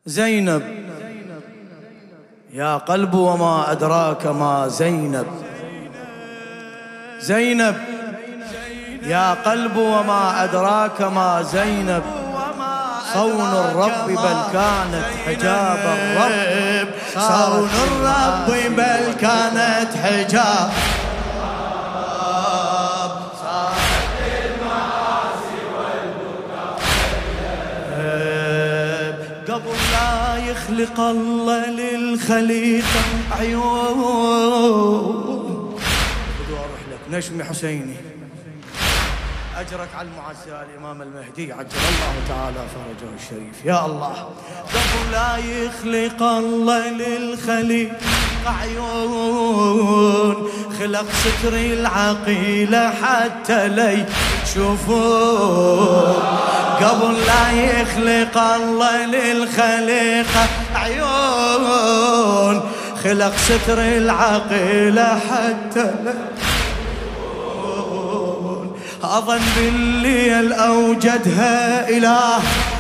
زينب يا قلب وما أدراك ما زينب. زينب يا قلب وما أدراك ما زينب. صون الرب بل كانت حجاب الرب. صون الرب بل كانت حجاب. صارت المعاصي والبكاء قبل لا يخلق الله للخليقة عيون. بدو أروح لك نشمي حسيني أجرك على المعزى الإمام المهدي عجل الله تعالى فرجه الشريف. يا الله قبل لا يخلق الله للخليقة عيون خلق ستر العقيلة حتى لي يشوفون. قبل لا يخلق الله للخليقة عيون خلق ستر العقيلة حتى لي أظن بالليل أوجدها إله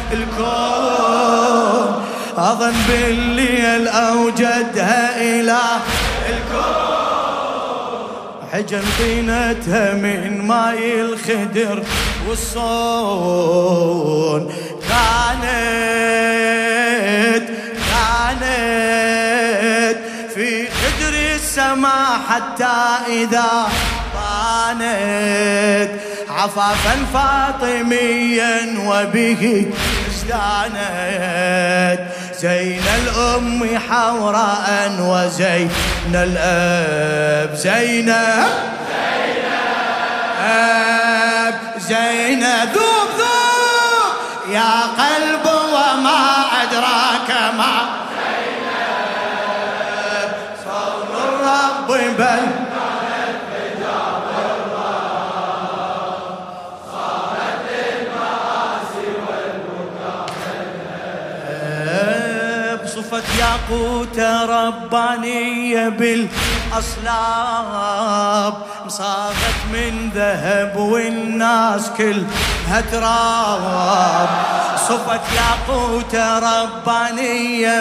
الكون. أظن بالليل أوجدها إله الكون. حجم طينتها من ماي الخدر والصون. كانت في خدر السماء حتى إذا بانت عفافا فاطميا وبه ازدانت. زين الأم حوراء وزين الأب. زينب زينب ذوب ذوب يا قلب وما أدراك ما زينب. صون الرب بل ياقوت ربانية بالأصلاب. مصاغت من ذهب والناس كلها تراب. صفت ياقوت ربانية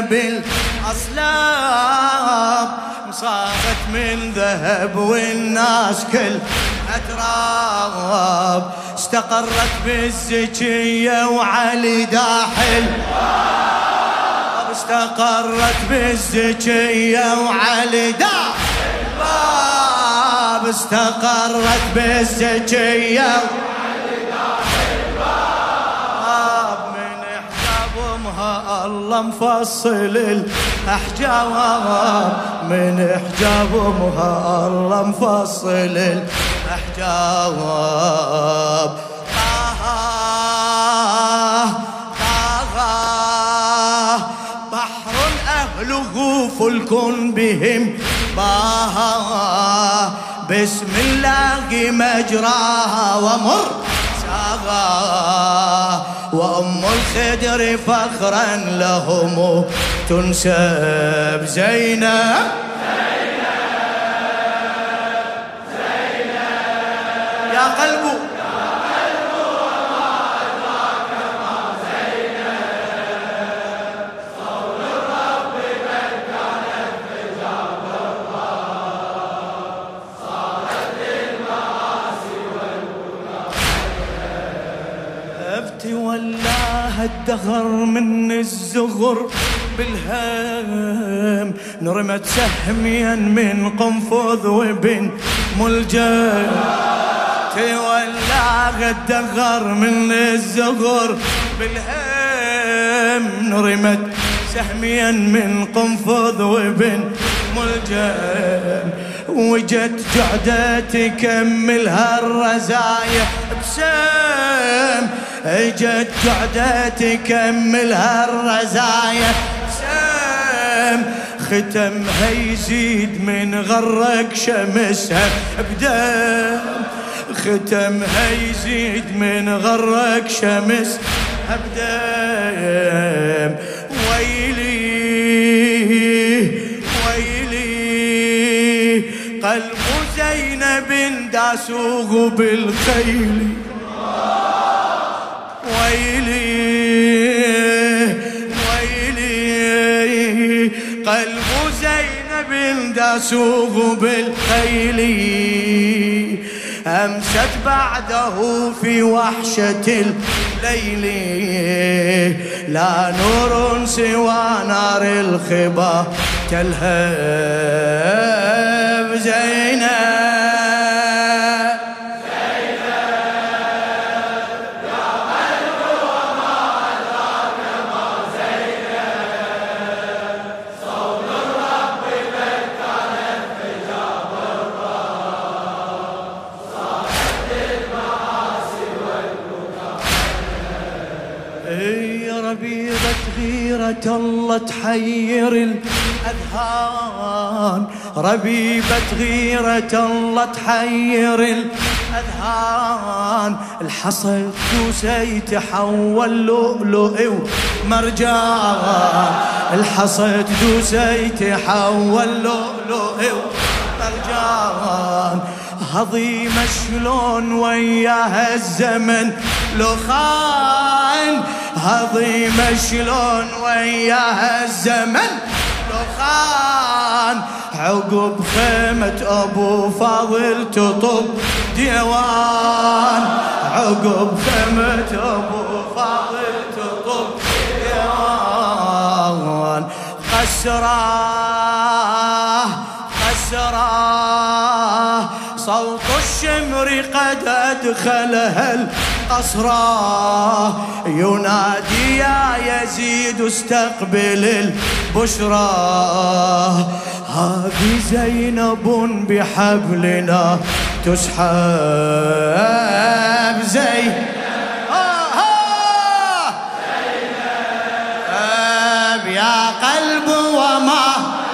بالأصلاب. مصاغت من ذهب والناس كلها تراب. استقرت بالزكية وعلي داحل. استقرت بالزكية وعلي داحل الباب. استقرت بالزكية وعلي داحل الباب. من حجاب امها الله مفصل الاحجاب. من حجاب امها الله مفصل الاحجاب. أهله فلك بهم باها. بسم الله مجراها ومرساها. وأم الخدر فخرا لهم تنسب. زينب يا قلب ولاها الدهر من الزغر بالهام. نرمت سهميا من قنفذ وبن ملجم. تولاها الدهر من الزغر بالهام. نرمت سهميا من قنفذ وبن ملجم. وجت جعدة تكملها الرزايا بسام. اجت جعدة تكملها الرزايا بسام. ختمها يزيد من غرق شمسها بدم. ختمها يزيد من غرق شمسها بدم. ويلي ويلي قلب زينب داسوه بالخيل. ويلي ويلي قلب زينب داسوه بالخيل أمست بعده في وحشة الليل لا نور سوى نار الخبا تلهب زينب غيرة الله تحير الأذهان ربيبة غيرة الله تحير الأذهان الحصى دوسي تحول لؤلؤ ومرجان الحصى دوسي تحول لؤلؤ ومرجان هضيمة شلون وياها الزمن لو خان هضيمة شلون وياها الزمن لو خان عقب خيمة أبو فاضل تطب ديوان عقب خيمة أبو فاضل تطب ديوان خسراه خسراه صوت الشمر قد أدخلها القصرى ينادي يا يزيد استقبل البشرى هذه زينب بحبلنا تسحب زينب يا قلب وما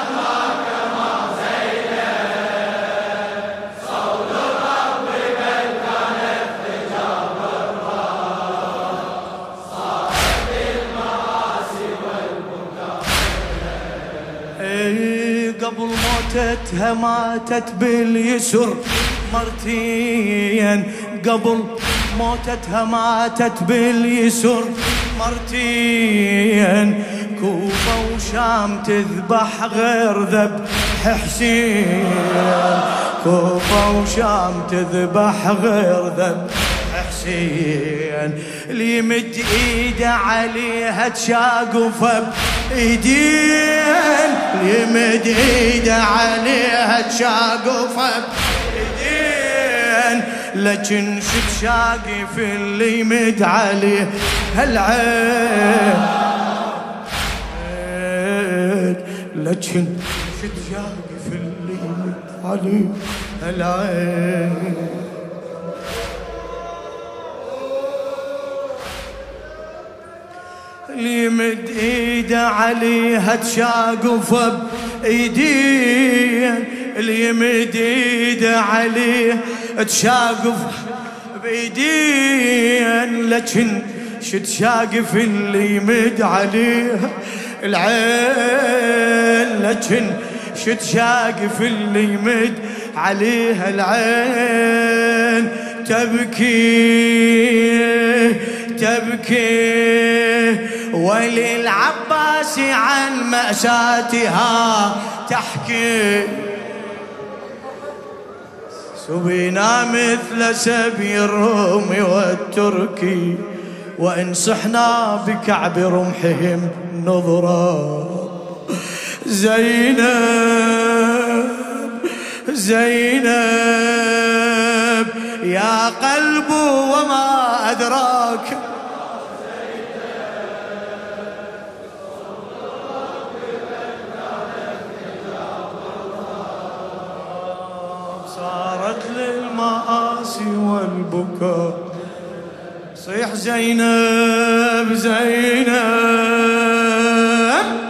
قبل موتتها ماتت باليسر مرتين قبل موتتها ماتت باليسر مرتين كوفة وشام تذبح غير ذبح حسين كوفة وشام تذبح غير ذبح حسين اللي يمد ايده عليها تشاقف بايدين اللي يمد ايده عليها تشاقف بايدين لكن شد شاقف اللي يمد عليه هالعين لكن شد شاقف اللي يمد عليه هالعين اللي يمد ايده عليها تشاقف بايدين اللي يمد ايده عليه تشاقف بايدين لكن شد شاقف اللي يمد عليها العين لكن شد شاقف اللي يمد عليها العين تبكي تبكي وللعباس عن مأساتها تحكي سبينا مثل سبي الروم والتركي وإن صحنا بكعب رمحهم نظرا زينب زينب يا قلب وما أدراك صارت للمآسي والبكاء صيح زينب زينب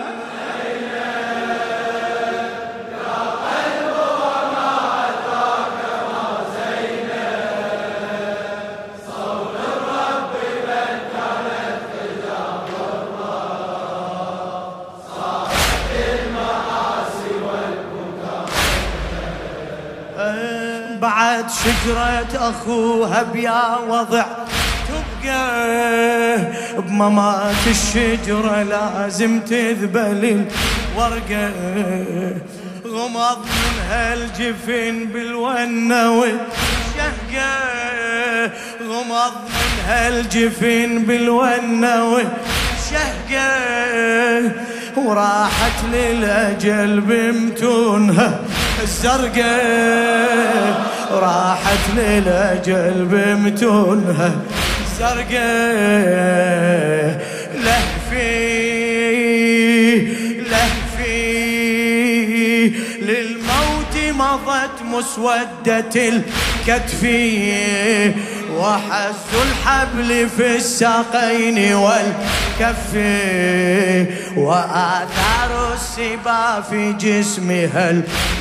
بعد شجرة أخوها بيا وضع الشهقة بممات الشجرة لازم تذبل الورقة غمض من هالجفن بالونة والشهقة غمض من هالجفن بالونة والشهقة وراحت للأجل بمتونها الزرقاء راحت للأجل بمتونها الزرقاء لهفي للموت مضت مسودة الكتف وحز الحبل في الساقين والكف وآثار السبا في جسمها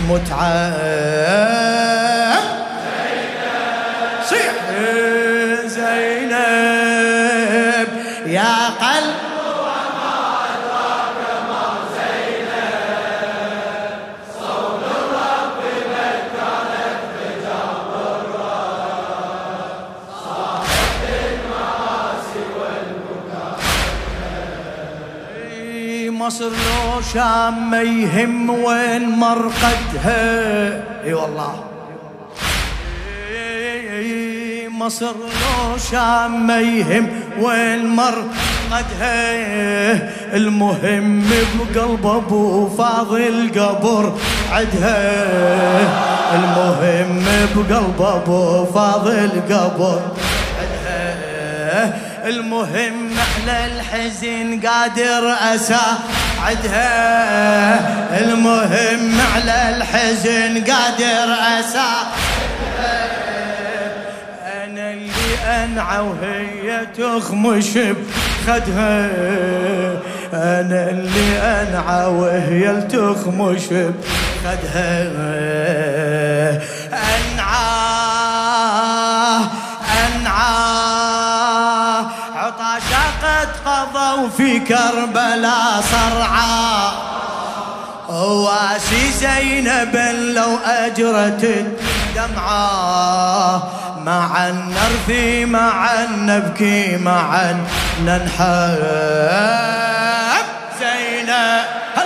المتعب صيح زينب يا قلب مصر لو شام ما يهم وين مرقدها اي والله مصر لو شام ما يهم وين مرقدها المهم بقلب ابو فاضل قبر عدها المهم بقلب ابو فاضل قبر عدها المهم على الحزن قادر أساعدها المهم على الحزن قادر أساعدها أنا اللي أنعى وهي تخمش بخدها أنا اللي أنعى وهي تخمش بخدها أنعى عطاشا قضوا في كربلاء صرعا واسي زينب لو أجرت الدمعة معا نرثي معا نبكي معا ننحب زينب